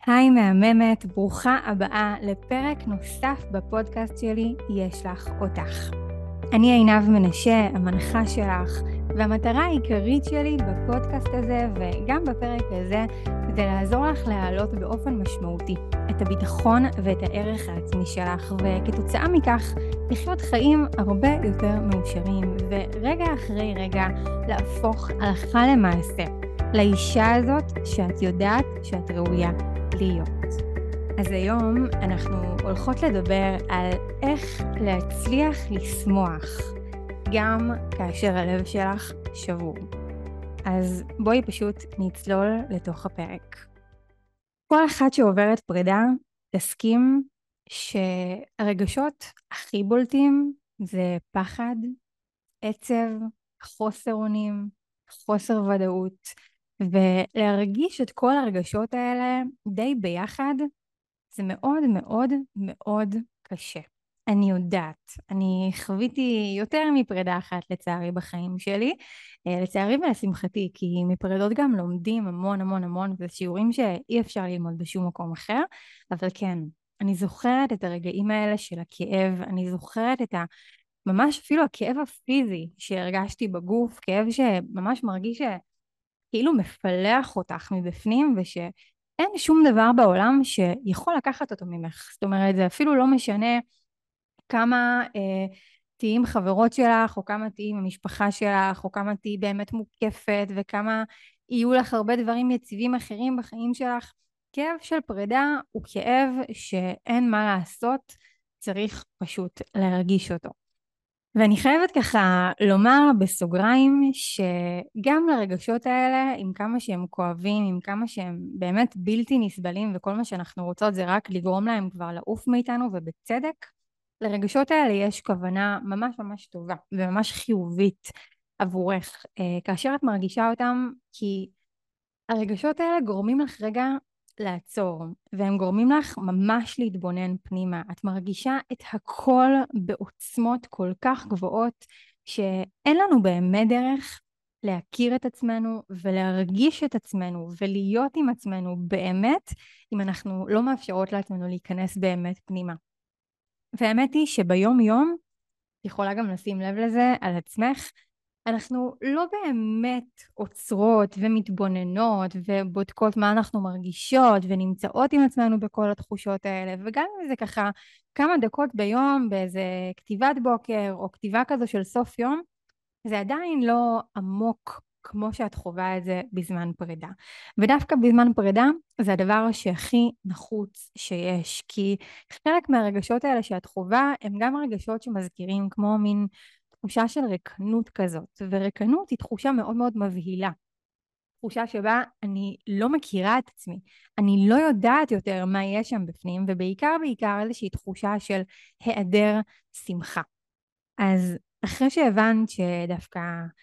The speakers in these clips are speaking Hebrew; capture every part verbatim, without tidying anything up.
היי מהממת, ברוכה הבאה לפרק נוסף בפודקאסט שלי, יש לך אותך. אני עינב מנשה, המנחה שלך, והמטרה העיקרית שלי בפודקאסט הזה וגם בפרק הזה זה לעזור לך להעלות באופן משמעותי את הביטחון ואת הערך העצמי שלך, וכתוצאה מכך לחיות חיים הרבה יותר מאושרים, ורגע אחרי רגע להפוך הלכה למעשה לאישה הזאת שאת יודעת שאת ראויה להיות. אז היום אנחנו הולכות לדבר על איך להצליח לשמוח גם כאשר הלב שלך שבור. אז בואי פשוט נצלול לתוך הפרק. כל אחת שעוברת פרידה תסכים שהרגשות הכי בולטים זה פחד, עצב, חוסר אונים, חוסר ודאות, ולהרגיש את כל הרגשות האלה די ביחד זה מאוד מאוד מאוד קשה. אני יודעת, אני חוויתי יותר מפרידה אחת לצערי בחיים שלי, לצערי ולשמחתי, כי מפרידות גם לומדים המון המון המון, וזה שיעורים שאי אפשר ללמוד בשום מקום אחר, אבל כן, אני זוכרת את הרגעים האלה של הכאב, אני זוכרת את ה... ממש אפילו הכאב הפיזי שהרגשתי בגוף, כאב שממש מרגיש שכאילו מפלח אותך מבפנים, ושאין שום דבר בעולם שיכול לקחת אותו ממך. זאת אומרת, זה אפילו לא משנה כמה אה, תהיי עם חברות שלך, או כמה תהיי עם המשפחה שלך, או כמה תהיי באמת מוקפת, וכמה יהיו לך הרבה דברים יציבים אחרים בחיים שלך. כאב של פרידה הוא כאב שאין מה לעשות, צריך פשוט להרגיש אותו. ואני חייבת ככה לומר בסוגריים שגם לרגשות האלה, עם כמה שהם כואבים, עם כמה שהם באמת בלתי נסבלים, וכל מה שאנחנו רוצות זה רק לגרום להם כבר לעוף מאיתנו, ובצדק, לרגשות האלה יש כוונה ממש ממש טובה וממש חיובית עבורך, כאשר את מרגישה אותם, כי הרגשות האלה גורמים לך רגע לעצור, והם גורמים לך ממש להתבונן פנימה. את מרגישה את הכל בעוצמות כל כך גבוהות, שאין לנו באמת דרך להכיר את עצמנו ולהרגיש את עצמנו ולהיות עם עצמנו באמת, אם אנחנו לא מאפשרות לעצמנו להיכנס באמת פנימה. והאמת היא שביום יום, יכולה גם לשים לב לזה על עצמך, אנחנו לא באמת עוצרות ומתבוננות ובודקות מה אנחנו מרגישות ונמצאות עם עצמנו בכל התחושות האלה, וגם אם זה ככה כמה דקות ביום באיזה כתיבת בוקר או כתיבה כזו של סוף יום, זה עדיין לא עמוק כמו שאת חווה את זה בזמן פרידה. ודווקא בזמן פרידה זה הדבר שהכי נחוץ שיש, כי חלק מהרגשות האלה שאת חווה הם גם הרגשות שמזכירים כמו מין תחושה של ריקנות כזאת, וריקנות היא תחושה מאוד מאוד מבהילה. תחושה שבה אני לא מכירה את עצמי, אני לא יודעת יותר מה יש שם בפנים, ובעיקר בעיקר איזושהי תחושה של היעדר שמחה. אז אחרי שהבנת שדווקא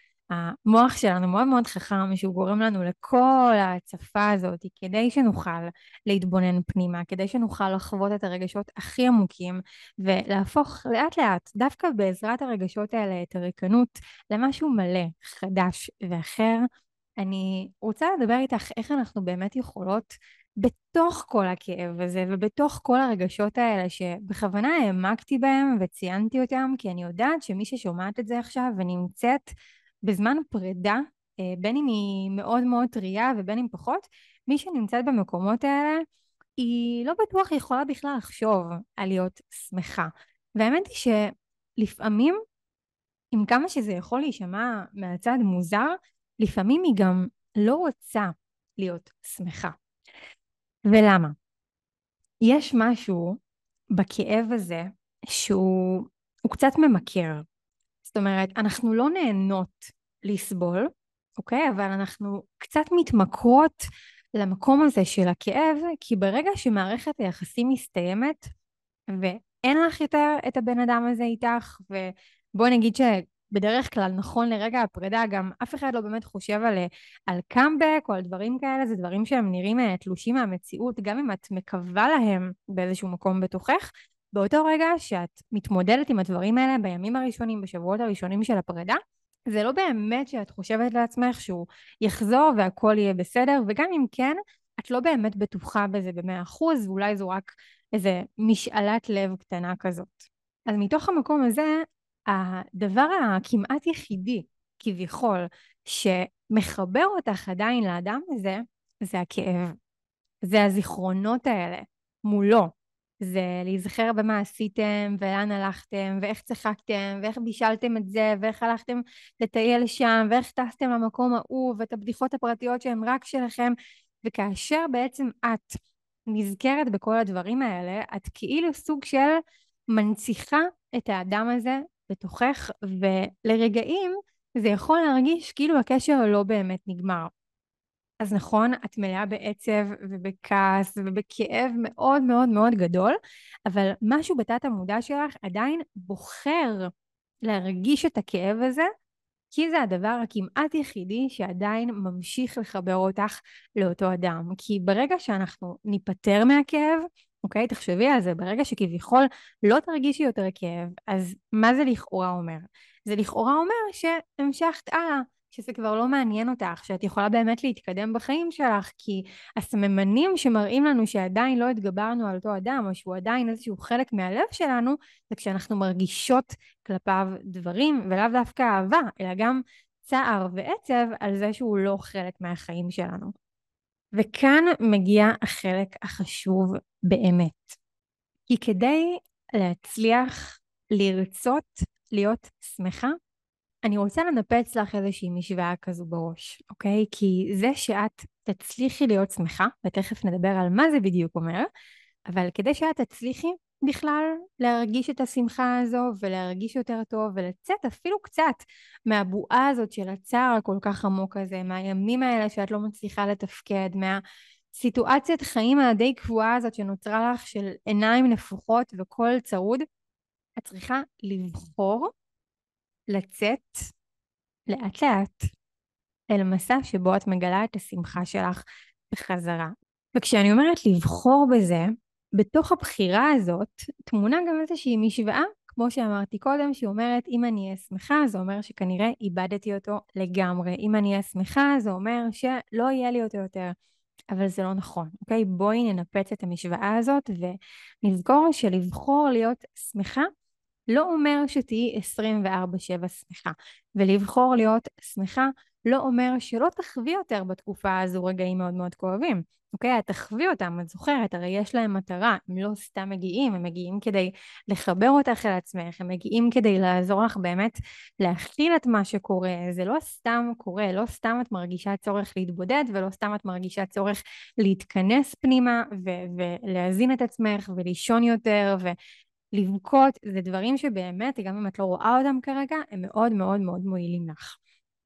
המוח שלנו מאוד מאוד חכם, שהוא גורם לנו לכל ההצפה הזאת, כדי שנוכל להתבונן פנימה, כדי שנוכל לחוות את הרגשות הכי עמוקים, ולהפוך לאט לאט, דווקא בעזרת הרגשות האלה, את הריקנות, למשהו מלא, חדש ואחר. אני רוצה לדבר איתך איך אנחנו באמת יכולות בתוך כל הכאב הזה ובתוך כל הרגשות האלה שבכוונה העמקתי בהם וציינתי אותם, כי אני יודעת שמי ששומעת את זה עכשיו ונמצאת בזמן פרידה, בין אם היא מאוד מאוד טריה ובין אם פחות, מי שנמצאת במקומות האלה היא לא בטוח יכולה בכלל לחשוב על להיות שמחה. והאמת היא שלפעמים, עם כמה שזה יכול להישמע מהצד מוזר, לפעמים היא גם לא רוצה להיות שמחה. ולמה? יש משהו בכאב הזה שהוא הוא קצת ממכר. זאת אומרת, אנחנו לא נהנות לסבול, אוקיי? אבל אנחנו קצת מתמכרות למקום הזה של הכאב, כי ברגע שמערכת היחסים מסתיימת, ואין לך יותר את הבן אדם הזה איתך, ובוא נגיד שבדרך כלל נכון לרגע הפרידה, גם אף אחד לא באמת חושב על, על קאמבק או על דברים כאלה, זה דברים שהם נראים תלושים מהמציאות, גם אם את מקווה להם באיזשהו מקום בתוכך, באותו רגע שאת מתמודדת עם הדברים האלה בימים הראשונים, בשבועות הראשונים של הפרידה, זה לא באמת שאת חושבת לעצמך שהוא יחזור והכל יהיה בסדר, וגם אם כן, את לא באמת בטוחה בזה במאה אחוז, ואולי זו רק איזה משאלת לב קטנה כזאת. אז מתוך המקום הזה, הדבר הכמעט יחידי, כביכול, שמחבר אותך עדיין לאדם הזה, זה הכאב. זה הזיכרונות האלה מולו. זה להיזכר במה עשיתם, ולאן הלכתם, ואיך צחקתם, ואיך בישלתם את זה, ואיך הלכתם לטייל שם, ואיך טסתם למקום ההוא, ואת הבדיחות הפרטיות שהן רק שלכם. וכאשר בעצם את נזכרת בכל הדברים האלה, את כאילו סוג של מנציחה את האדם הזה בתוכך, ולרגעים זה יכול להרגיש כאילו הקשר לא באמת נגמר. אז נכון, את מלאה בעצב ובכעס ובכאב מאוד מאוד מאוד גדול, אבל משהו בתת המודע שלך עדיין בוחר להרגיש את הכאב הזה, כי זה הדבר הכמעט יחידי שעדיין ממשיך לחבר אותך לאותו אדם. כי ברגע שאנחנו ניפטר מהכאב, אוקיי, תחשבי על זה, ברגע שכביכול לא תרגישי יותר כאב, אז מה זה לכאורה אומר? זה לכאורה אומר שהמשכת הלאה, שזה כבר לא מעניין אותך, שאת יכולה באמת להתקדם בחיים שלך, כי הסממנים שמראים לנו שעדיין לא התגברנו על אותו אדם, או שהוא עדיין איזשהו חלק מהלב שלנו, זה כשאנחנו מרגישות כלפיו דברים, ולאו דווקא אהבה, אלא גם צער ועצב על זה שהוא לא חלק מהחיים שלנו. וכאן מגיע החלק החשוב באמת. כי כדי להצליח לרצות להיות שמחה, אני רוצה לנפץ לך איזושהי משוואה כזו בראש, אוקיי? כי זה שאת תצליחי להיות שמחה, ותכף נדבר על מה זה בדיוק אומר, אבל כדי שאת תצליחי בכלל להרגיש את השמחה הזו, ולהרגיש יותר טוב, ולצאת אפילו קצת מהבועה הזאת של הצער הכל כך עמוק הזה, מהימים האלה שאת לא מצליחה לתפקד, מהסיטואציית חיים הדי קבועה הזאת שנוצרה לך של עיניים נפוחות וכל צרוד, את צריכה לבחור לצאת לאט לאט אל מסע שבו את מגלה את השמחה שלך בחזרה. וכשאני אומרת לבחור בזה, בתוך הבחירה הזאת תמונה גם איזושהי משוואה, כמו שאמרתי קודם, שאומרת אם אני אהיה שמחה, זה אומר שכנראה איבדתי אותו לגמרי. אם אני אהיה שמחה, זה אומר שלא יהיה לי אותו יותר. אבל זה לא נכון, אוקיי? בואי ננפץ את המשוואה הזאת ונזכור שלבחור להיות שמחה לא אומר שתהיי עשרים וארבע שבע שמחה, ולבחור להיות שמחה לא אומר שלא תחווי יותר בתקופה הזו רגעים מאוד מאוד כואבים. אוקיי, את תחווי אותם, את זוכרת, הרי יש להם מטרה, הם לא סתם מגיעים, הם מגיעים כדי לחבר אותך אל עצמך, הם מגיעים כדי לעזור לך באמת להכיל את מה שקורה, זה לא סתם קורה, לא סתם את מרגישה צורך להתבודד, ולא סתם את מרגישה צורך להתכנס פנימה, ו- ולהזין את עצמך, ולישון יותר, ו... לבכות, זה דברים שבאמת, גם אם את לא רואה אותם כרגע, הם מאוד מאוד מאוד מועילים לך.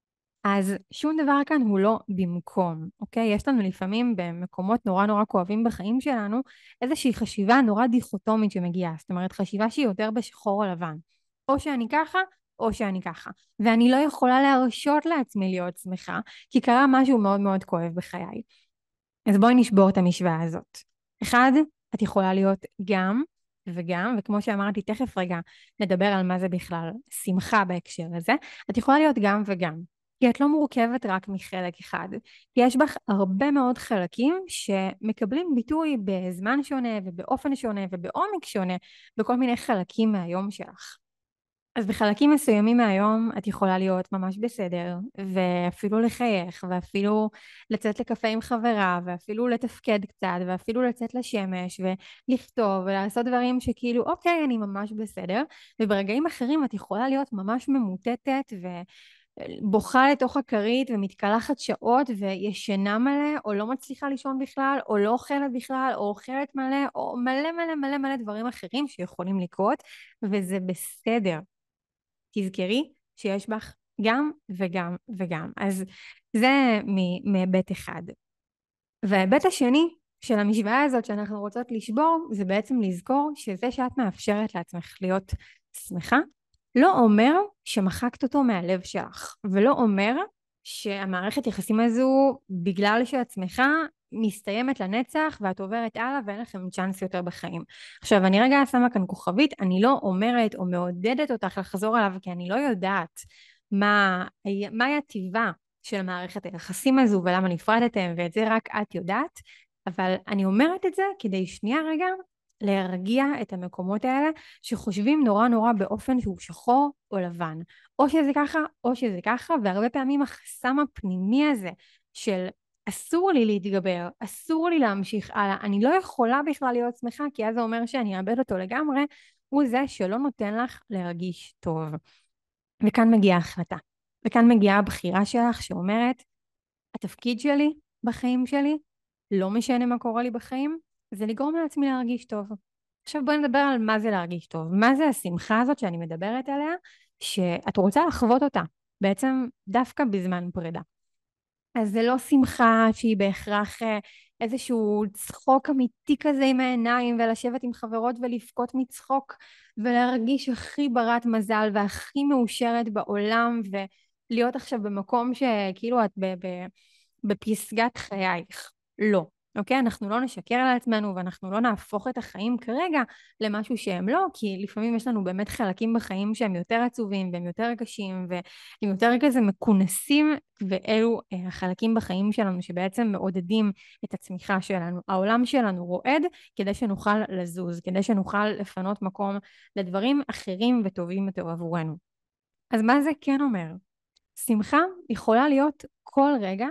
אז שום דבר כאן הוא לא במקום, אוקיי? יש לנו לפעמים במקומות נורא נורא כואבים בחיים שלנו, איזושהי חשיבה נורא דיכוטומית שמגיעה, זאת אומרת חשיבה שהיא יותר בשחור או לבן. או שאני ככה, או שאני ככה. ואני לא יכולה להרשות לעצמי להיות שמחה, כי קרה משהו מאוד מאוד כואב בחיי. אז בואי נשבור את המשוואה הזאת. אחד, את יכולה להיות גם וגם, וכמו שאמרתי, תכף רגע נדבר על מה זה בכלל שמחה בהקשר הזה, את יכולה להיות גם וגם, כי את לא מורכבת רק מחלק אחד, כי יש בך הרבה מאוד חלקים שמקבלים ביטוי בזמן שונה ובאופן שונה ובעומק שונה, בכל מיני חלקים מהיום שלך. אז בחלקים מסוימים מהיום את יכולה להיות ממש בסדר, ואפילו לחייך, ואפילו לצאת לקפה עם חברה, ואפילו לתפקד קצת, ואפילו לצאת לשמש, ולכתוב, ולעשות דברים שכאילו, אוקיי, אני ממש בסדר, וברגעים אחרים את יכולה להיות ממש ממוטטת, ובוכה לתוך הכרית, ומתקלחת שעות, וישנה מלא, או לא מצליחה לישון בכלל, או לא אוכלת בכלל, או אוכלת מלא, או מלא מלא מלא מלא דברים אחרים שיכולים לקרות, וזה בסדר. תזכרי שיש בך גם וגם וגם. אז זה מהיבט אחד. וההיבט השני של המשוואה הזאת שאנחנו רוצות לשבור, זה בעצם לזכור שזה שאת מאפשרת לעצמך להיות שמחה, לא אומר שמחקת אותו מהלב שלך, ולא אומר שהמערכת יחסים הזו, בגלל שאת שמחה, מסתיימת לנצח ואת עוברת הלאה ואין לכם צ'אנס יותר בחיים. עכשיו אני רגע שמה כאן כוכבית, אני לא אומרת או מעודדת אותך לחזור עליו, כי אני לא יודעת מה, מהי הטבעה של מערכת היחסים הזו ולמה נפרדתם, ואת זה רק את יודעת, אבל אני אומרת את זה כדי שנייה רגע להרגיע את המקומות האלה שחושבים נורא נורא באופן שהוא שחור או לבן. או שזה ככה או שזה ככה, והרבה פעמים החסם הפנימי הזה של אסור לי להתגבר, אסור לי להמשיך הלאה, אני לא יכולה בכלל להיות שמחה, כי אז זה אומר שאני אאבד אותו לגמרי, הוא זה שלא נותן לך להרגיש טוב. וכאן מגיעה החלטה, וכאן מגיעה הבחירה שלך שאומרת, התפקיד שלי בחיים שלי, לא משנה מה קורה לי בחיים, זה לגרום לעצמי להרגיש טוב. עכשיו בואי נדבר על מה זה להרגיש טוב. מה זה השמחה הזאת שאני מדברת עליה, שאת רוצה לחוות אותה, בעצם דווקא בזמן פרידה. אז זה לא שמחה שהיא בהכרח איזשהו צחוק אמיתי כזה עם העיניים, ולשבת עם חברות ולבכות מצחוק, ולהרגיש הכי ברת מזל והכי מאושרת בעולם, ולהיות עכשיו במקום שכאילו את בפסגת חייך. לא. אוקיי? אנחנו לא נשקר על עצמנו ואנחנו לא נהפוך את החיים כרגע למשהו שהם לא, כי לפעמים יש לנו באמת חלקים בחיים שהם יותר עצובים והם יותר קשים והם יותר כזה מכונסים, ואלו החלקים בחיים שלנו שבעצם מעודדים את הצמיחה שלנו. העולם שלנו רועד כדי שנוכל לזוז, כדי שנוכל לפנות מקום לדברים אחרים וטובים יותר עבורנו. אז מה זה כן אומר? שמחה יכולה להיות כל רגע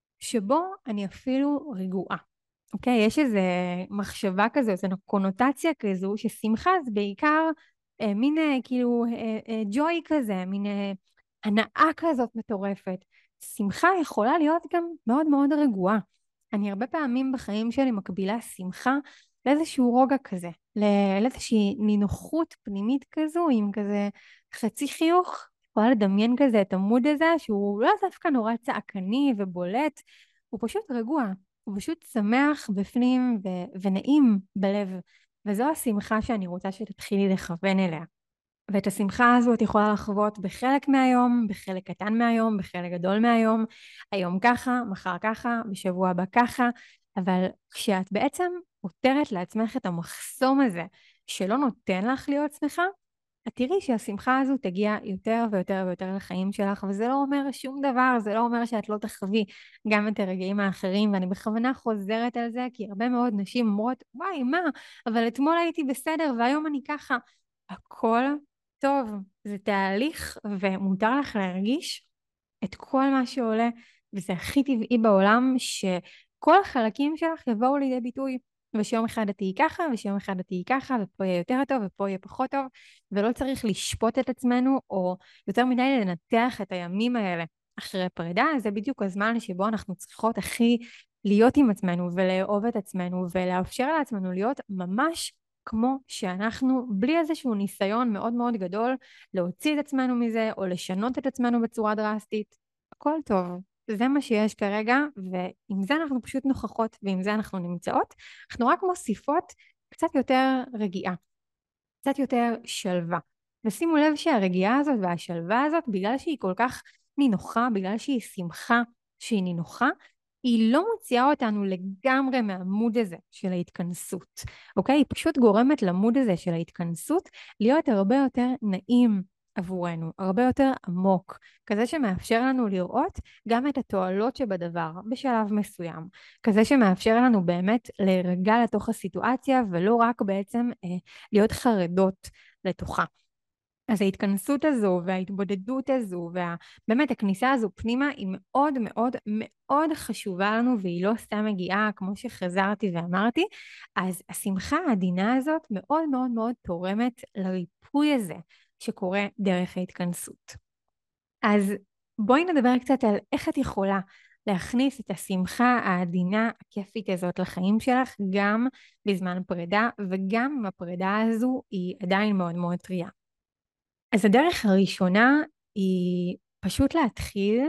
שבו אני אפילו רגועה. אוקיי? יש איזו מחשבה כזו, איזו קונוטציה כזו, ששמחה זה בעיקר אה, מין אה, כאילו אה, אה, ג'וי כזה, מין אה, הנאה כזאת מטורפת. שמחה יכולה להיות גם מאוד מאוד רגועה. אני הרבה פעמים בחיים שלי מקבילה שמחה לאיזשהו רוגע כזה, לאיזושהי נינוחות פנימית כזו, עם כזה חצי חיוך. יכולה לדמיין כזה את המוד הזה, שהוא לא דווקא נורא צעקני ובולט, הוא פשוט רגוע. הוא פשוט שמח בפנים ו- ונעים בלב, וזו השמחה שאני רוצה שתתחילי לכוון אליה. ואת השמחה הזו את יכולה לחוות בחלק מהיום, בחלק קטן מהיום, בחלק גדול מהיום, היום ככה, מחר ככה, בשבוע הבא ככה, אבל כשאת בעצם פותרת לעצמך את המחסום הזה שלא נותן לך להיות שמחה, את תראי שהשמחה הזו תגיע יותר ויותר ויותר לחיים שלך, וזה לא אומר שום דבר, זה לא אומר שאת לא תחווי גם את הרגעים האחרים, ואני בכוונה חוזרת על זה, כי הרבה מאוד נשים אומרות, וואי, מה? אבל אתמול הייתי בסדר, והיום אני ככה. הכל טוב, זה תהליך, ומותר לך להרגיש את כל מה שעולה, וזה הכי טבעי בעולם, שכל החלקים שלך יבואו לידי ביטוי. ושיום אחד את תהיי ככה, ושיום אחד את תהיי ככה, ופה יהיה יותר טוב, ופה יהיה פחות טוב, ולא צריך לשפוט את עצמנו, או יותר מדי לנתח את הימים האלה אחרי פרידה. זה בדיוק הזמן שבו אנחנו צריכות הכי להיות עם עצמנו, ולאהוב את עצמנו, ולאפשר לעצמנו להיות ממש כמו שאנחנו, בלי איזשהו ניסיון מאוד מאוד גדול, להוציא את עצמנו מזה, או לשנות את עצמנו בצורה דרסטית. הכל טוב. זה מה שיש כרגע, ועם זה אנחנו פשוט נוכחות, ועם זה אנחנו נמצאות. אנחנו רק מוסיפות קצת יותר רגיעה, קצת יותר שלווה. ושימו לב שהרגיעה הזאת והשלווה הזאת, בגלל שהיא כל כך נינוחה, בגלל שהיא שמחה שהיא נינוחה, היא לא מוציאה אותנו לגמרי מהמוד הזה של ההתכנסות, אוקיי? היא פשוט גורמת למוד הזה של ההתכנסות להיות הרבה יותר נעים עבורנו, הרבה יותר עמוק, כזה שמאפשר לנו לראות גם את התועלות שבדבר בשלב מסוים, כזה שמאפשר לנו באמת להירגע לתוך הסיטואציה ולא רק בעצם אה, להיות חרדות לתוכה. אז ההתכנסות הזו וההתבודדות הזו ובאמת הכניסה הזו פנימה היא מאוד מאוד מאוד חשובה לנו, והיא לא סתם מגיעה כמו שחזרתי ואמרתי. אז השמחה העדינה הזאת מאוד מאוד מאוד תורמת לריפוי הזה שקורה דרך ההתכנסות. אז בואי נדבר קצת על איך את יכולה להכניס את השמחה העדינה הכיפית הזאת לחיים שלך גם בזמן פרידה, וגם אם הפרידה הזו היא עדיין מאוד מאוד טריה. אז הדרך הראשונה היא פשוט להתחיל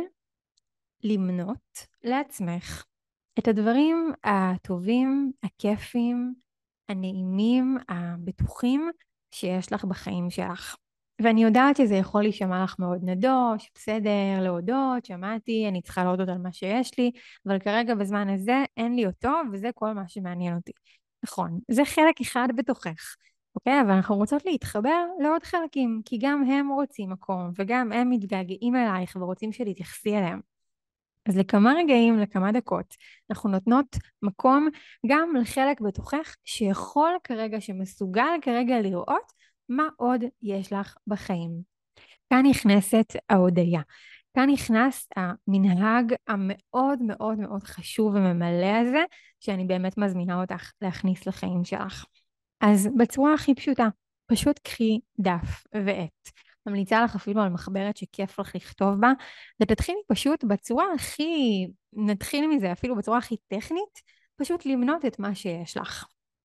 למנות לעצמך את הדברים הטובים, הכיפים, הנעימים, הבטוחים שיש לך בחיים שלך. ואני יודעת שזה יכול להישמע לך מאוד נדוש, בסדר, להודות, שמעתי, אני צריכה להודות על מה שיש לי, אבל כרגע בזמן הזה אין לי אותו, וזה כל מה שמעניין אותי. נכון, זה חלק אחד בתוכך. אוקיי, אבל אנחנו רוצות להתחבר לעוד חלקים, כי גם הם רוצים מקום, וגם הם מתגעגעים אלייך ורוצים שתתייחסי אליהם. אז לכמה רגעים, לכמה דקות, אנחנו נותנות מקום גם לחלק בתוכך שיכול כרגע, שמסוגל כרגע לראות מה עוד יש לך בחיים. כאן נכנסת ההודיה. כאן נכנס המנהג המאוד מאוד מאוד חשוב וממלא הזה, שאני באמת מזמינה אותך להכניס לחיים שלך. אז בצורה הכי פשוטה, פשוט קחי דף ועט. ממליצה לך אפילו על מחברת שכיף לך לכתוב בה, ותתחילי פשוט בצורה הכי, נתחיל מזה אפילו בצורה הכי טכנית, פשוט למנות את מה שיש לך.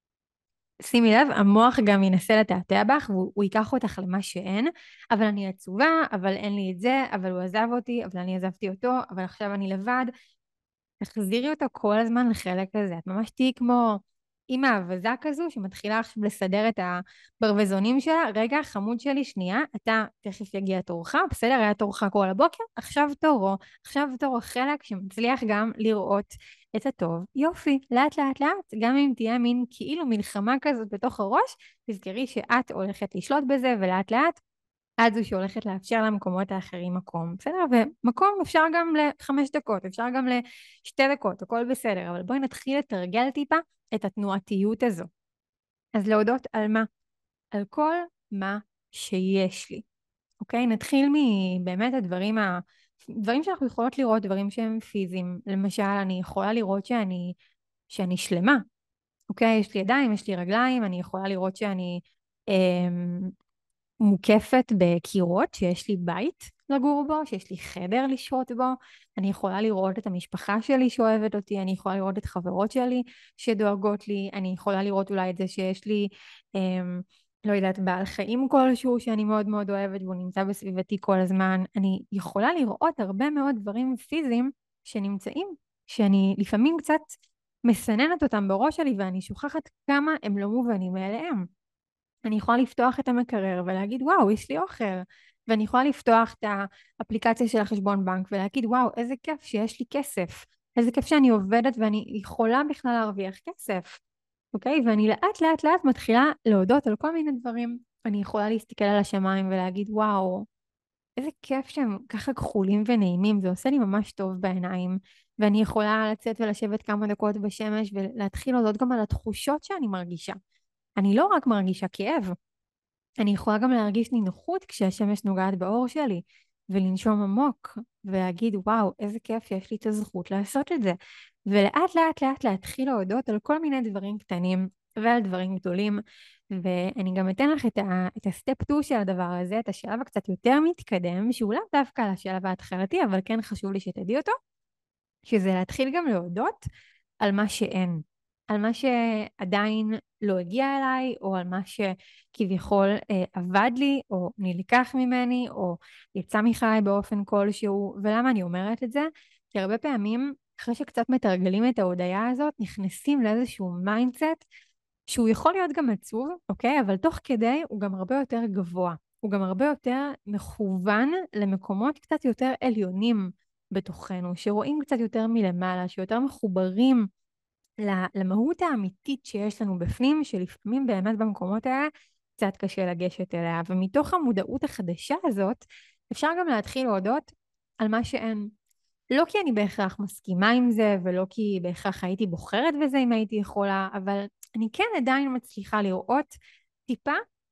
שימי לב, המוח גם ינסה לתעתע בך, והוא ייקח אותך למה שאין, אבל אני עצובה, אבל אין לי את זה, אבל הוא עזב אותי, אבל אני עזבתי אותו, אבל עכשיו אני לבד. תחזירי אותו כל הזמן לחלק הזה. את ממש תהיי כמו אימא אבזה כזו, שמתחילה עכשיו לסדר את הברווזונים שלה. רגע, חמוד שלי, שנייה, אתה תכף יגיע תורך, בסדר, היה תורך כל הבוקר, עכשיו תורו, עכשיו תורו חלק שמצליח גם לראות את הטוב. יופי, לאט לאט לאט, גם אם תהיה מין כאילו מלחמה כזאת בתוך הראש, תזכרי שאת הולכת לשלוט בזה, ולאט לאט את זו שהולכת לאפשר למקומות האחרים מקום, בסדר? ומקום אפשר גם לחמש דקות, אפשר גם לשתי דקות, הכל בסדר, אבל בואי נתחיל לתרגל טיפה את התנועתיות הזו. אז להודות על מה? על כל מה שיש לי, אוקיי? נתחיל מבאמת הדברים, ה... דברים שאנחנו יכולות לראות, דברים שהם פיזיים. למשל, אני יכולה לראות שאני, שאני שלמה, אוקיי? יש לי ידיים, יש לי רגליים, אני יכולה לראות שאני אמ... מוקפת בקירות, שיש לי בית לגור בו, שיש לי חדר לשהות בו, אני יכולה לראות את המשפחה שלי שאוהבת אותי, אני יכולה לראות את חברות שלי שדואגות לי, אני יכולה לראות אולי את זה שיש לי, אמ, לא יודעת, בעל חיים כלשהו שאני מאוד מאוד אוהבת והוא נמצא בסביבתי כל הזמן. אני יכולה לראות הרבה מאוד דברים פיזיים שנמצאים, שאני לפעמים קצת מסננת אותם בראש שלי ואני שוכחת כמה הם לא מובנים מאליהם. אני יכולה לפתוח את המקרר ולהגיד, וואו, יש לי אוכל. ואני יכולה לפתוח את האפליקציה של החשבון בנק ולהגיד, וואו, איזה כיף שיש לי כסף. איזה כיף שאני עובדת ואני יכולה בכלל להרוויח כסף. אוקיי? ואני לאט לאט לאט מתחילה להודות על כל מיני דברים. אני יכולה להסתכל על השמיים ולהגיד, וואו, איזה כיף שהם ככה כחולים ונעימים. זה עושה לי ממש טוב בעיניים. ואני יכולה לצאת ולשבת כמה דקות בשמש ולהתחיל להודות גם על התחושות שאני מרגישה. אני לא רק מרגישה כאב, אני יכולה גם להרגיש נינוחות כשהשמש נוגעת באור שלי, ולנשום עמוק, ולהגיד, וואו, איזה כיף יש לי את הזכות לעשות את זה. ולאט לאט לאט להתחיל להודות על כל מיני דברים קטנים, ועל דברים גדולים, ואני גם אתן לך את, ה, את הסטפ שתיים של הדבר הזה, את השלב הקצת יותר מתקדם, שהוא לאו דווקא על השלב ההתחלתי, אבל כן חשוב לי שתדעי אותו, שזה להתחיל גם להודות על מה שאין. על מה שעדיין לא הגיע אליי, או על מה שכביכול אה, עבד לי, או נלקח ממני, או יצא מחיי באופן כלשהו. ולמה אני אומרת את זה? כי הרבה פעמים, אחרי שקצת מתרגלים את ההודעה הזאת, נכנסים לאיזשהו מיינדסט, שהוא יכול להיות גם עצוב, אוקיי? אבל תוך כדי הוא גם הרבה יותר גבוה. הוא גם הרבה יותר מכוון למקומות קצת יותר עליונים בתוכנו, שרואים קצת יותר מלמעלה, שיותר מחוברים למהות האמיתית שיש לנו בפנים, שלפעמים באמת במקומות האלה קצת קשה לגשת אליה. ומתוך המודעות החדשה הזאת, אפשר גם להתחיל להודות על מה שאין. לא כי אני בהכרח מסכימה עם זה, ולא כי בהכרח הייתי בוחרת בזה אם הייתי יכולה, אבל אני כן עדיין מצליחה לראות טיפה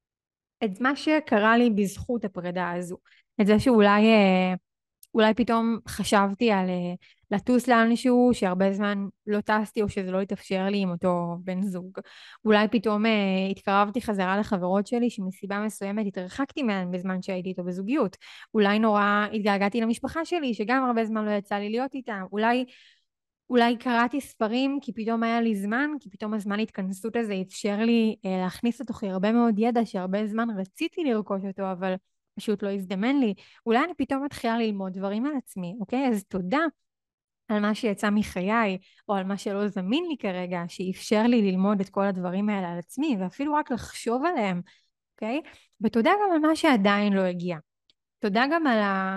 את מה שקרה לי בזכות הפרידה הזו. את זה שאולי אולי פתאום חשבתי על לטוס לאנשהו שהרבה זמן לא טסתי, או שזה לא התאפשר לי עם אותו בן זוג. אולי פתאום התקרבתי חזרה לחברות שלי שמסיבה מסוימת התרחקתי מהן בזמן שהייתי איתו בזוגיות. אולי נורא התגעגעתי למשפחה שלי שגם הרבה זמן לא יצא לי להיות איתה. אולי אולי קראתי ספרים כי פתאום היה לי זמן, כי פתאום הזמן התכנסות הזה אפשר לי להכניס לתוכי הרבה מאוד ידע שהרבה זמן רציתי לרכוש אותו, אבל פשוט לא הזדמן לי. אולי אני פתאום מתחילה ללמוד דברים על עצמי, אוקיי? אז תודה על מה שיצא מחיי, או על מה שלא זמין לי כרגע, שאפשר לי ללמוד את כל הדברים האלה על עצמי, ואפילו רק לחשוב עליהם, אוקיי? ותודה גם על מה שעדיין לא הגיע. תודה גם על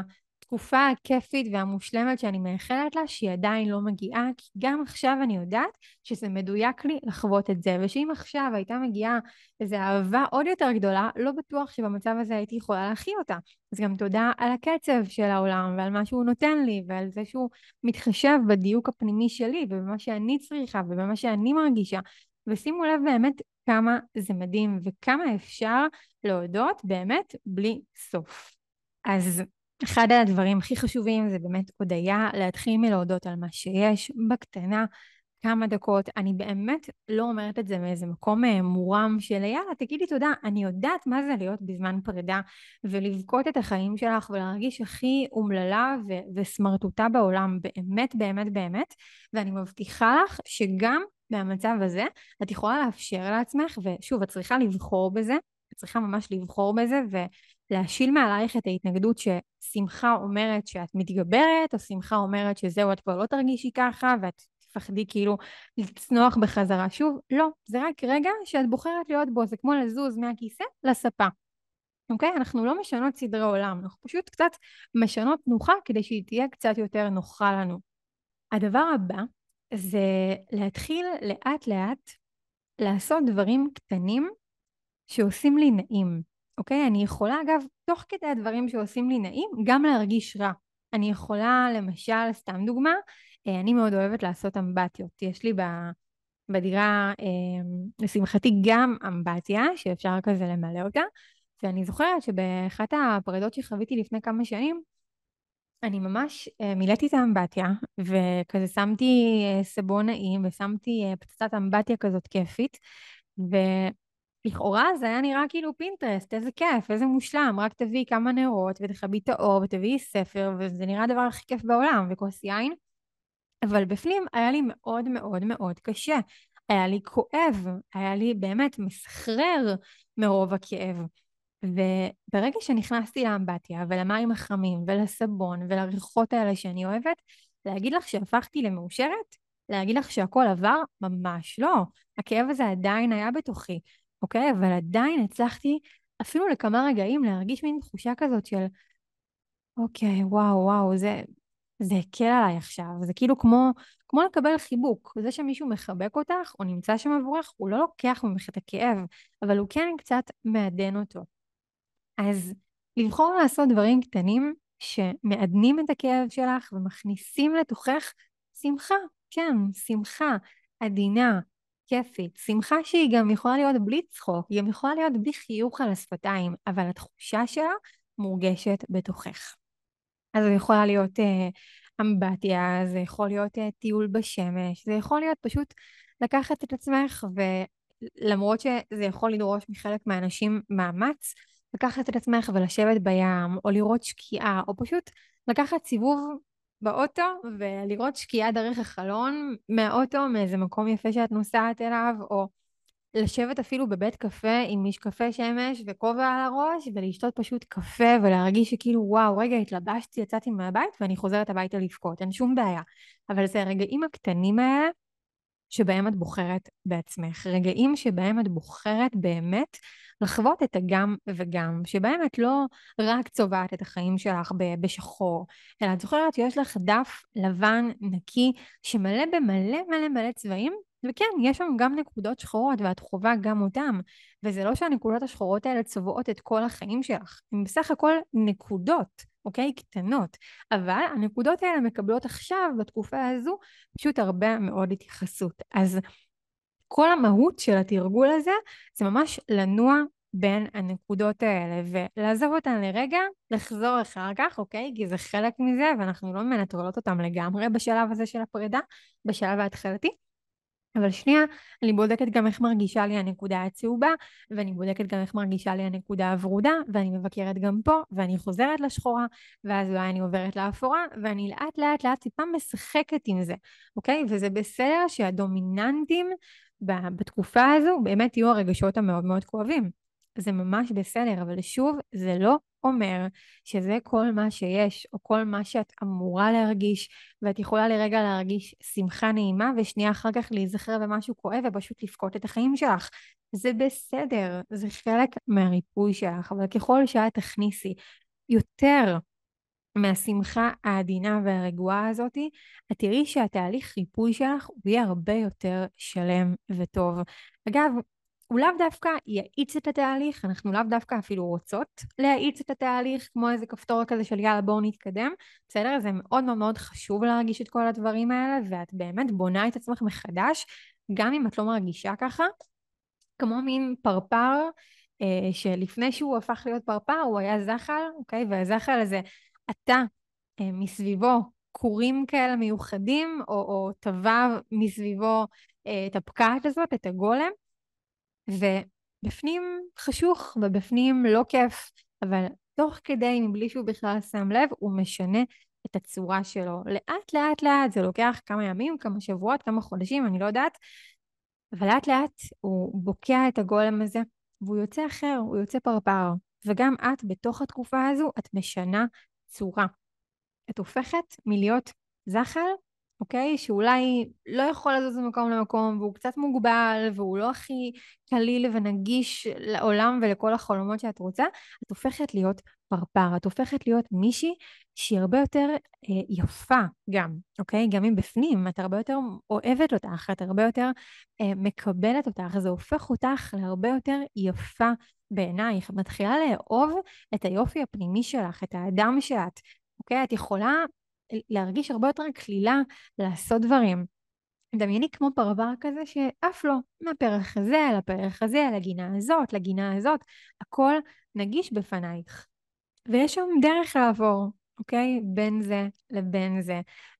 התקופה הכיפית והמושלמת שאני מאחלת לה, שהיא עדיין לא מגיעה, כי גם עכשיו אני יודעת שזה מדויק לי לחוות את זה, ושאם עכשיו הייתה מגיעה איזו אהבה עוד יותר גדולה, לא בטוח שבמצב הזה הייתי יכולה להכיל אותה. אז גם תודה על הקצב של העולם, ועל מה שהוא נותן לי, ועל זה שהוא מתחשב בדיוק הפנימי שלי, ובמה שאני צריכה, ובמה שאני מרגישה. ושימו לב באמת כמה זה מדהים, וכמה אפשר להודות באמת בלי סוף. אז אחד הדברים הכי חשובים זה באמת הודיה, להתחיל מלהודות על מה שיש בקטנה, כמה דקות. אני באמת לא אומרת את זה מאיזה מקום מורם של יאללה תגידי תודה, אני יודעת מה זה להיות בזמן פרידה ולבכות את החיים שלך ולהרגיש הכי אומללה ו- וסמרטוטה בעולם, באמת באמת באמת, ואני מבטיחה לך שגם מהמצב הזה את יכולה לאפשר לעצמך, ושוב את צריכה לבחור בזה, את צריכה ממש לבחור בזה ולהשיל מעלייך את ההתנגדות ששמחה אומרת שאת מתגברת, או שמחה אומרת שזהו את כבר לא תרגישי ככה ואת תפחדי כאילו לצנוח בחזרה. שוב, לא, זה רק רגע שאת בוחרת להיות בו, זה כמו לזוז מהכיסא לספה. אוקיי? אנחנו לא משנות סדרי עולם, אנחנו פשוט קצת משנות תנוחה כדי שהיא תהיה קצת יותר נוחה לנו. הדבר הבא זה להתחיל לאט לאט לעשות דברים קטנים שעושים לי נעים. אוקיי? אני יכולה אגב, תוך כדי הדברים שעושים לי נעים, גם להרגיש רע. אני יכולה למשל, סתם דוגמה, אני מאוד אוהבת לעשות אמבטיות. יש לי בדירה, לשמחתי, גם אמבטיה, שאפשר כזה למלא אותה. ואני זוכרת שבאחת הפרידות שחוויתי לפני כמה שנים, אני ממש מילאתי את האמבטיה, וכזה שמתי סבון נעים, ושמתי פצצת אמבטיה כזאת כיפית, ולכאורה זה היה נראה כאילו פינטרסט, איזה כיף, איזה מושלם, רק תביאי כמה נרות, ותכבי את האור, ותביאי ספר, וזה נראה הדבר הכי כיף בעולם, וכוס יין. אבל בפנים היה לי מאוד מאוד מאוד קשה, היה לי כואב, היה לי באמת מסחרר מרוב הכאב. וברגע שנכנסתי לאמבטיה ולמים החמים ולסבון ולריחות האלה שאני אוהבת, להגיד לך שהפכתי למאושרת? להגיד לך שהכל עבר? ממש לא. הכאב הזה עדיין היה בתוכי, אוקיי? אבל עדיין הצלחתי אפילו לכמה רגעים להרגיש מין תחושה כזאת של אוקיי, וואו, וואו, זה, זה הקל עליי עכשיו, זה כאילו כמו, כמו לקבל חיבוק, זה שמישהו מחבק אותך או נמצא שם עבורך, הוא לא לוקח ממך את הכאב, אבל הוא כן קצת מעדן אותו. אז לבחור לעשות דברים קטנים שמעדנים את הכאב שלך ומכניסים לתוכך שמחה, כן, שמחה, עדינה, כיפית, שמחה שהיא גם יכולה להיות בלי צחוק, היא גם יכולה להיות בלי חיוך על השפתיים, אבל התחושה שלה מורגשת בתוכך. אז זה יכולה להיות אה, אמבטיה, זה יכול להיות אה, טיול בשמש, זה יכול להיות פשוט לקחת את עצמך, ולמרות שזה יכול לדרוש מחלק מהאנשים מאמץ, לקחת את עצמך ולשבת בים, או לראות שקיעה, או פשוט לקחת סיבוב באוטו ולראות שקיעה דרך החלון מהאוטו, מאיזה מקום יפה שאת נוסעת אליו, או לשבת אפילו בבית קפה עם משקפי שמש וכובע על הראש ולשתות פשוט קפה ולהרגיש שכאילו וואו רגע התלבשתי יצאתי מהבית ואני חוזרת הביתה לבכות, אין שום בעיה. אבל זה הרגעים הקטנים האלה שבהם את בוחרת בעצמך, רגעים שבהם את בוחרת באמת לחוות את הגם וגם, שבהם את לא רק צובעת את החיים שלך בשחור, אלא את זוכרת שיש לך דף לבן נקי שמלא במלא מלא מלא צבעים, וכן, יש שם גם נקודות שחורות ואת חובה גם אותם, וזה לא שהנקודות השחורות האלה צובעות את כל החיים שלך, הן בסך הכל נקודות, אוקיי? קטנות, אבל הנקודות האלה מקבלות עכשיו בתקופה הזו פשוט הרבה מאוד התייחסות. אז כל המהות של התרגול הזה זה ממש לנוע בין הנקודות האלה ולעזוב אותן לרגע, לחזור אחר כך, אוקיי? כי זה חלק מזה ואנחנו לא מנטרלות אותם לגמרי בשלב הזה של הפרידה, בשלב ההתחלתי. אבל שנייה, אני בודקת גם איך מרגישה לי הנקודה הצהובה, ואני בודקת גם איך מרגישה לי הנקודה הוורודה, ואני מבקרת גם פה, ואני חוזרת לשחורה, ואז אולי אני עוברת לאפורה, ואני לאט לאט לאט טיפה משחקת עם זה, אוקיי? וזה בסדר שהדומיננטים בתקופה הזו באמת יהיו הרגשות המאוד מאוד כואבים. זה ממש בסדר, אבל שוב, זה לא אומר שזה כל מה שיש, או כל מה שאת אמורה להרגיש, ואת יכולה לרגע להרגיש שמחה נעימה, ושנייה אחר כך להיזכר במשהו כואב, ופשוט לפקוט את החיים שלך. זה בסדר, זה חלק מהריפוי שלך, אבל ככל שאת תכניסי יותר מהשמחה העדינה והרגועה הזאת, את תראי שהתהליך ריפוי שלך הוא יהיה הרבה יותר שלם וטוב. אגב, הוא לאו דווקא יאיץ את התהליך, אנחנו לאו דווקא אפילו רוצות להאיץ את התהליך, כמו איזה כפתור כזה של יאללה בואו נתקדם, בסדר? זה מאוד מאוד מאוד חשוב להרגיש את כל הדברים האלה, ואת באמת בונה את עצמך מחדש, גם אם את לא מרגישה ככה, כמו מין פרפר, אה, שלפני שהוא הפך להיות פרפר, הוא היה זחל, אוקיי? והזחל הזה, אתה אה, מסביבו קורים כאלה מיוחדים, או, או טבע מסביבו אה, את הפקעת הזאת, את הגולם, ובפנים חשוך ובפנים לא כיף, אבל תוך כדי, מבלי שהוא בכלל שם לב, הוא משנה את הצורה שלו. לאט לאט לאט, זה לוקח כמה ימים, כמה שבועות, כמה חודשים, אני לא יודעת, אבל לאט לאט הוא בוקע את הגולם הזה, והוא יוצא אחר, הוא יוצא פרפר. וגם את, בתוך התקופה הזו, את משנה צורה. את הופכת מלהיות זחל, אוקיי? שאולי לא יכול לזוז ממקום למקום, והוא קצת מוגבל, והוא לא הכי קליל ונגיש לעולם ולכל החלומות שאת רוצה, את הופכת להיות פרפר, את הופכת להיות מישהי שהיא הרבה יותר אה, יפה גם, אוקיי? גם מבפנים, את הרבה יותר אוהבת אותך, את הרבה יותר אה, מקבלת אותך, זה הופך אותך להרבה יותר יפה בעינייך, את מתחילה לאהוב את היופי הפנימי שלך, את האדם שאת, אוקיי? את יכולה להרגיש הרבה יותר כלילה לעשות דברים. דמייני כמו פרבר כזה שאף לא, מהפרח הזה, לפרח הזה, לגינה הזאת, לגינה הזאת, הכל נגיש בפנייך. ויש שם דרך לעבור, אוקיי? בין זה לבין זה.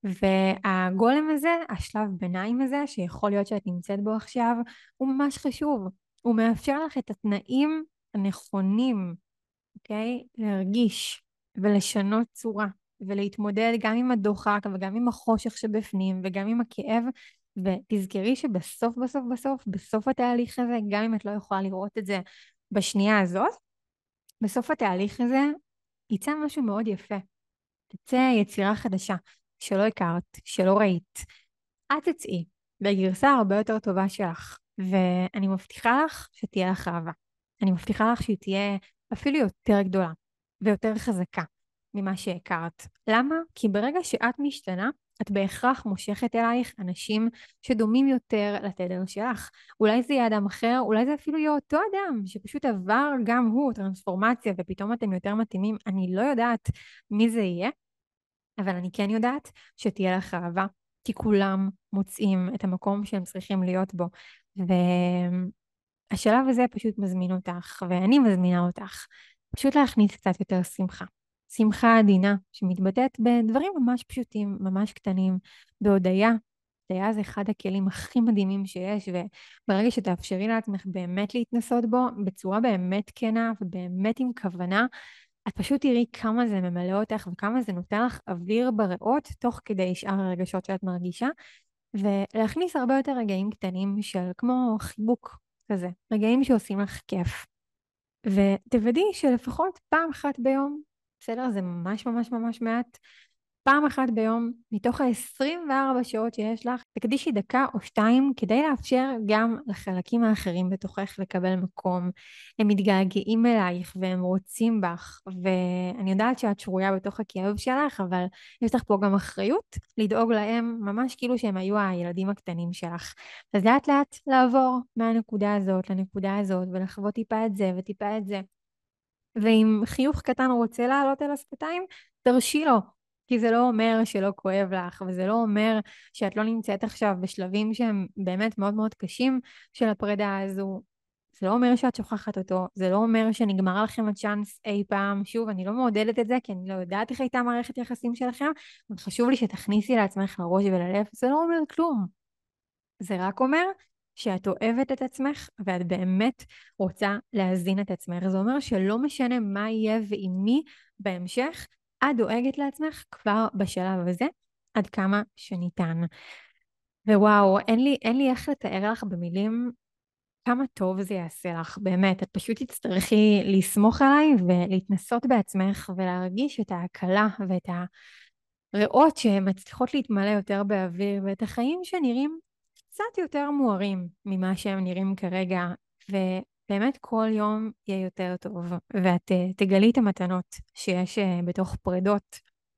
והגולם הזה, השלב ביניים הזה, שיכול להיות שאת נמצאת בו עכשיו, הוא ממש חשוב. הוא מאפשר לך את התנאים הנכונים, אוקיי? להרגיש ולשנות צורה. ולהתמודד גם עם הדוחק וגם עם החושך שבפנים וגם עם הכאב, ותזכרי שבסוף בסוף בסוף, בסוף התהליך הזה, גם אם את לא יכולה לראות את זה בשנייה הזאת, בסוף התהליך הזה יצא משהו מאוד יפה. תצא יצירה חדשה שלא הכרת, שלא ראית. את תצאי בגרסה הרבה יותר טובה שלך, ואני מבטיחה לך שתהיה לך אהבה. אני מבטיחה לך שהיא תהיה אפילו יותר גדולה ויותר חזקה ממה שהכרת. למה? כי ברגע שאת משתנה, את בהכרח מושכת אלייך אנשים שדומים יותר לתדר שלך. אולי זה יהיה אדם אחר, אולי זה אפילו יהיה אותו אדם שפשוט עבר גם הוא טרנספורמציה ופתאום אתם יותר מתאימים. אני לא יודעת מי זה יהיה, אבל אני כן יודעת שתהיה לך אהבה, כי כולם מוצאים את המקום שהם צריכים להיות בו. והשלב הזה פשוט מזמין אותך, ואני מזמינה אותך, פשוט להכניס קצת יותר שמחה. שמחה עדינה, שמתבטאת בדברים ממש פשוטים, ממש קטנים, בהודיה. הודיה זה אחד הכלים הכי מדהימים שיש, וברגע שתאפשרי לעצמך באמת להתנסות בו, בצורה באמת כנה ובאמת עם כוונה, את פשוט תראי כמה זה ממלא אותך וכמה זה נותן לך אוויר בריאות תוך כדי שאר הרגשות שאת מרגישה, ולהכניס הרבה יותר רגעים קטנים של כמו חיבוק כזה, רגעים שעושים לך כיף. ותוודאי שלפחות פעם אחת ביום, בסדר? זה ממש ממש ממש מעט, פעם אחת ביום, מתוך ה-עשרים וארבע שעות שיש לך, תקדישי דקה או שתיים כדי לאפשר גם לחלקים האחרים בתוכך לקבל מקום. הם מתגעגעים אלייך והם רוצים בך, ואני יודעת שאת שרויה בתוך הכאב שלך, אבל יש לך פה גם אחריות לדאוג להם ממש כאילו שהם היו הילדים הקטנים שלך. אז לאט לאט לעבור מהנקודה הזאת לנקודה הזאת, ולחוות טיפה את זה וטיפה את זה. ואם חיוך קטן רוצה לעלות על השפתיים, תרשי לו. כי זה לא אומר שלא כואב לך, וזה לא אומר שאת לא נמצאת עכשיו בשלבים שהם באמת מאוד מאוד קשים של הפרידה הזו. זה לא אומר שאת שוכחת אותו, זה לא אומר שנגמר לכם הצ'אנס אי פעם. שוב, אני לא מעודדת את זה, כי אני לא יודעת איך הייתה מערכת יחסים שלכם, אבל חשוב לי שתכניסי לעצמך לראש וללב, זה לא אומר כלום. זה רק אומר שאת אוהבת את עצמך ואת באמת רוצה להזין את עצמך. זה אומר שלא משנה מה יהיה ועם מי בהמשך, את דואגת לעצמך כבר בשלב הזה, עד כמה שניתן. ווואו, אין לי, אין לי איך לתאר לך במילים כמה טוב זה יעשה לך, באמת. את פשוט תצטרכי לסמוך עליי ולהתנסות בעצמך ולהרגיש את ההקלה ואת הריאות שמצליחות להתמלא יותר באוויר, ואת החיים שנראים קצת יותר מוארים ממה שהם נראים כרגע, ובאמת כל יום יהיה יותר טוב, ואת תגלי את המתנות שיש בתוך פרדות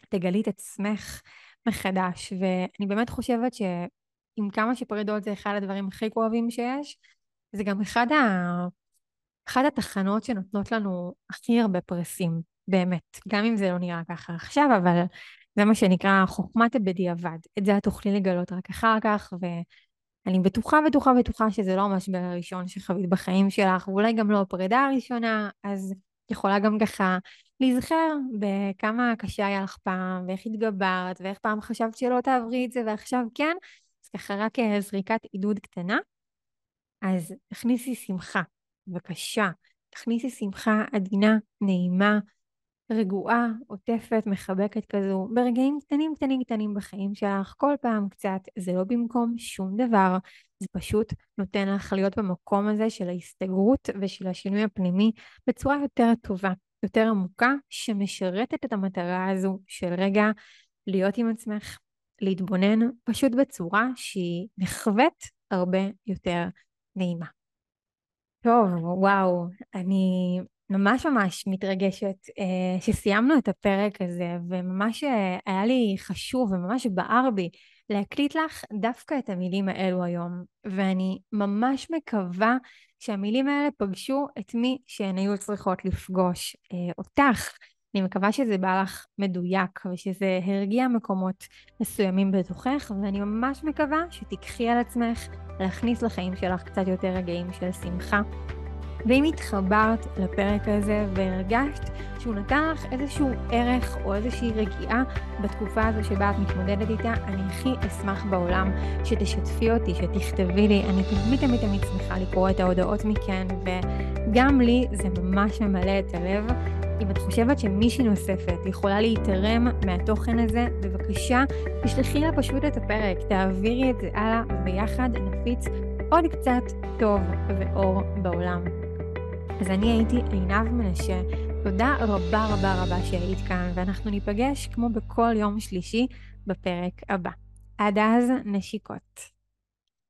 תגלי את עצמך מחדש, ואני באמת חושבת שעם כמה שפרידות זה אחד הדברים הכי כואבים שיש, זה גם אחד ה... אחת התחנות שנותנות לנו הכי הרבה פרסים, באמת, גם אם זה לא נראה ככה עכשיו, אבל זה מה שנקרא חוכמת בדיעבד. את זה את תוכלי לגלות רק אחר כך, ואני בטוחה, בטוחה, בטוחה שזה לא המשבר הראשון שחווית בחיים שלך, ואולי גם לא הפרידה הראשונה, אז יכולה גם ככה להיזכר בכמה קשה היה לך פעם, ואיך התגברת, ואיך פעם חשבת שלא תעברי את זה, ועכשיו כן, אז ככה רק זריקת עידוד קטנה. אז תכניסי שמחה, בבקשה, תכניסי שמחה עדינה, נעימה, רגועה, עוטפת, מחבקת כזו, ברגעים קטנים קטנים קטנים בחיים שלך, כל פעם קצת, זה לא במקום שום דבר, זה פשוט נותן לך להיות במקום הזה של ההסתגרות ושל השינוי הפנימי בצורה יותר טובה, יותר עמוקה, שמשרתת את המטרה הזו של רגע להיות עם עצמך, להתבונן פשוט בצורה שהיא נחווית הרבה יותר נעימה. טוב, וואו, אני ממש ממש מתרגשת אה, שסיימנו את הפרק הזה, וממש אה, היה לי חשוב וממש בער בי להקליט לך דווקא את המילים האלו היום, ואני ממש מקווה שהמילים האלה פגשו את מי שהן היו צריכות לפגוש, אה, אותך. אני מקווה שזה בא לך מדויק ושזה הרגיע מקומות מסוימים בתוכך, ואני ממש מקווה שתיקחי על עצמך להכניס לחיים שלך קצת יותר רגעים של שמחה. ואם התחברת לפרק הזה והרגשת שהוא נתן לך איזשהו ערך או איזושהי רגיעה בתקופה הזו שבה את מתמודדת איתה, אני הכי אשמח בעולם שתשתפי אותי, שתכתבי לי. אני תמיד תמיד תמיד שמחה לקרוא את ההודעות מכן, וגם לי זה ממש ממלא את הלב. אם את חושבת שמישהי נוספת יכולה להתערם מהתוכן הזה, בבקשה, תשלחי לה פשוט את הפרק, תעבירי את זה הלאה, וביחד נפיץ עוד קצת טוב ואור בעולם. אז אני הייתי עינב מנשה, תודה רבה רבה רבה שהיית כאן, ואנחנו ניפגש כמו בכל יום שלישי בפרק הבא. עד אז, נשיקות.